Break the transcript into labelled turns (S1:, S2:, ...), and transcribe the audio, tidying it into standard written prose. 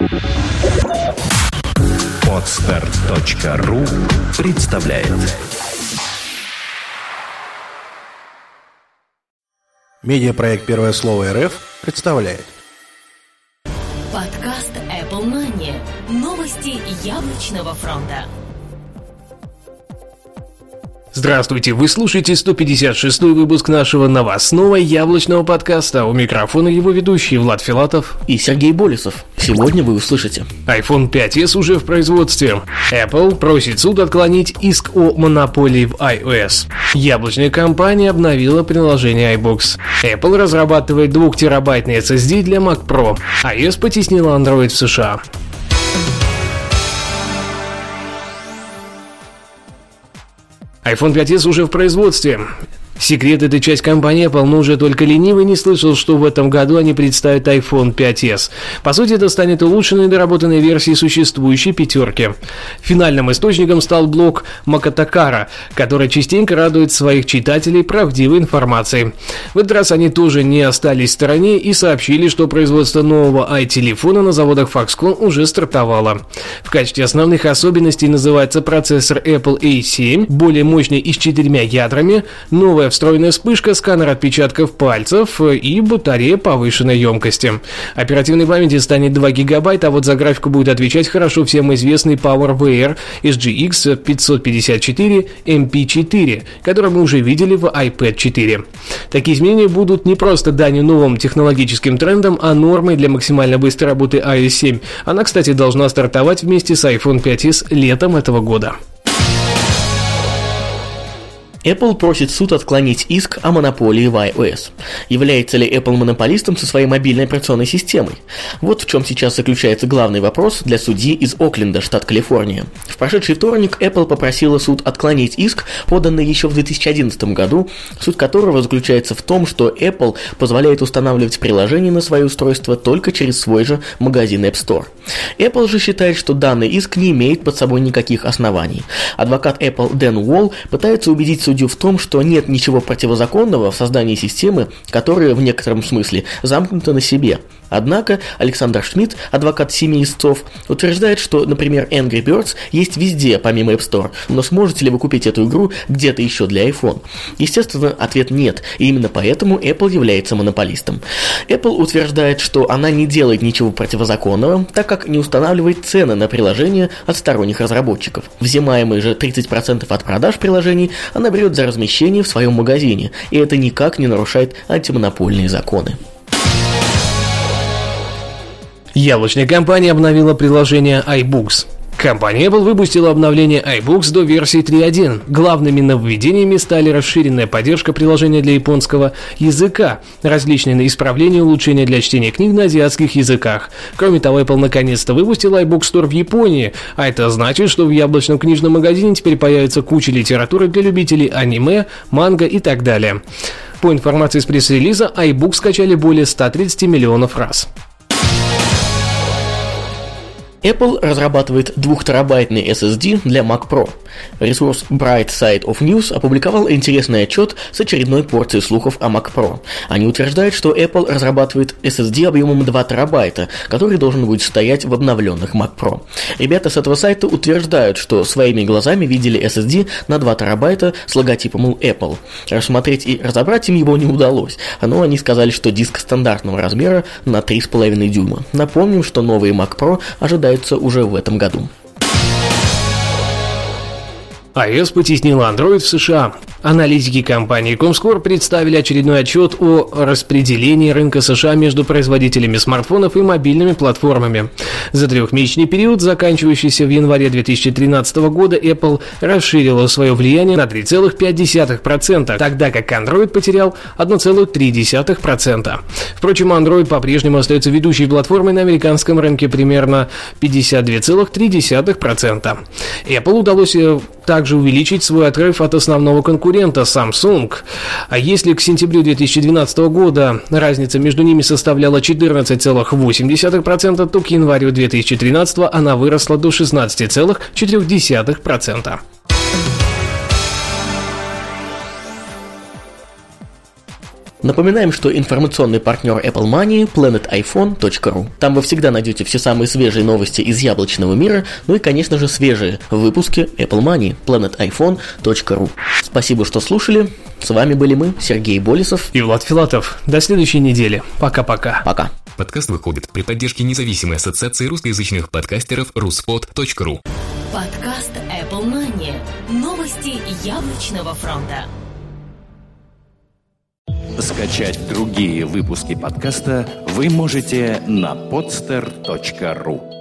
S1: Podstart.ru представляет.
S2: Медиапроект «Первое слово РФ» представляет.
S3: Подкаст Apple Money. Новости яблочного фронта.
S4: Здравствуйте, вы слушаете 156-й выпуск нашего новостного яблочного подкаста. У микрофона его ведущие Влад Филатов
S5: и Сергей Болесов. Сегодня вы услышите:
S4: iPhone 5s уже в производстве. Apple просит суд отклонить иск о монополии в iOS. Яблочная компания обновила приложение iBooks. Apple разрабатывает 2-терабайтный SSD для Mac Pro. iOS потеснила Android в США. iPhone 5s уже в производстве. Секрет — это часть компании Apple, но уже только ленивый не слышал, что в этом году они представят iPhone 5s. По сути, это станет улучшенной и доработанной версией существующей пятерки. Финальным источником стал блог Макатакара, который частенько радует своих читателей правдивой информацией. В этот раз они тоже не остались в стороне и сообщили, что производство нового i-телефона на заводах Foxconn уже стартовало. В качестве основных особенностей называется процессор Apple A7, более мощный и с 4 ядрами, новая встроенная вспышка, сканер отпечатков пальцев и батарея повышенной емкости. Оперативной памяти станет 2 гигабайта, а вот за графику будет отвечать хорошо всем известный PowerVR SGX 554 MP4, который мы уже видели в iPad 4. Такие изменения будут не просто данью новым технологическим трендам, а нормой для максимально быстрой работы iOS 7. Она, кстати, должна стартовать вместе с iPhone 5s летом этого года.
S5: Apple просит суд отклонить иск о монополии в iOS. Является ли Apple монополистом со своей мобильной операционной системой? Вот в чем сейчас заключается главный вопрос для судьи из Окленда, штат Калифорния. В прошедший вторник Apple попросила суд отклонить иск, поданный еще в 2011 году, суть которого заключается в том, что Apple позволяет устанавливать приложения на свои устройства только через свой же магазин App Store. Apple же считает, что данный иск не имеет под собой никаких оснований. Адвокат Apple Дэн Уолл пытается убедить судью в том, что нет ничего противозаконного в создании системы, которая в некотором смысле замкнута на себе. Однако Александр Шмидт, адвокат 7 истцов, утверждает, что, например, Angry Birds есть везде, помимо App Store, но сможете ли вы купить эту игру где-то еще для iPhone? Естественно, ответ нет, и именно поэтому Apple является монополистом. Apple утверждает, что она не делает ничего противозаконного, так как не устанавливает цены на приложения от сторонних разработчиков. Взимаемые же 30% от продаж приложений она берет за размещение в своем магазине, и это никак не нарушает антимонопольные законы.
S4: Яблочная компания обновила приложение iBooks. Компания Apple выпустила обновление iBooks до версии 3.1. Главными нововведениями стали расширенная поддержка приложения для японского языка, различные исправления и улучшения для чтения книг на азиатских языках. Кроме того, Apple наконец-то выпустила iBook Store в Японии, а это значит, что в яблочном книжном магазине теперь появится куча литературы для любителей аниме, манго и так далее. По информации из пресс-релиза, iBook скачали более 130 миллионов раз.
S5: Apple разрабатывает 2-терабайтный SSD для Mac Pro. Ресурс Bright Side of News опубликовал интересный отчет с очередной порцией слухов о Mac Pro. Они утверждают, что Apple разрабатывает SSD объемом 2 терабайта, который должен будет стоять в обновленных Mac Pro. Ребята с этого сайта утверждают, что своими глазами видели SSD на 2 терабайта с логотипом Apple. Рассмотреть и разобрать им его не удалось, но они сказали, что диск стандартного размера на 3,5 дюйма. Напомним, что новые Mac Pro ожидаются уже в этом году.
S4: iOS потеснила Android в США. Аналитики компании Comscore представили очередной отчет о распределении рынка США между производителями смартфонов и мобильными платформами. За трехмесячный период, заканчивающийся в январе 2013 года, Apple расширила свое влияние на 3,5%, тогда как Android потерял 1,3%. Впрочем, Android по-прежнему остается ведущей платформой на американском рынке, примерно 52,3%. Apple удалось также увеличить свой отрыв от основного конкурента Samsung. А если к сентябрю 2012 года разница между ними составляла 14,8%, то к январю 2013 она выросла до 16,4%.
S5: Напоминаем, что информационный партнер Apple Money – planetiphone.ru. Там вы всегда найдете все самые свежие новости из яблочного мира, ну и, конечно же, свежие выпуски Apple Money – planetiphone.ru. Спасибо, что слушали. С вами были мы, Сергей Болесов
S4: и Влад Филатов. До следующей недели. Пока-пока.
S5: Пока.
S6: Подкаст выходит при поддержке независимой ассоциации русскоязычных подкастеров ruspod.ru.
S3: Подкаст Apple Money. Новости яблочного фронта.
S1: Скачать другие выпуски подкаста вы можете на podster.ru.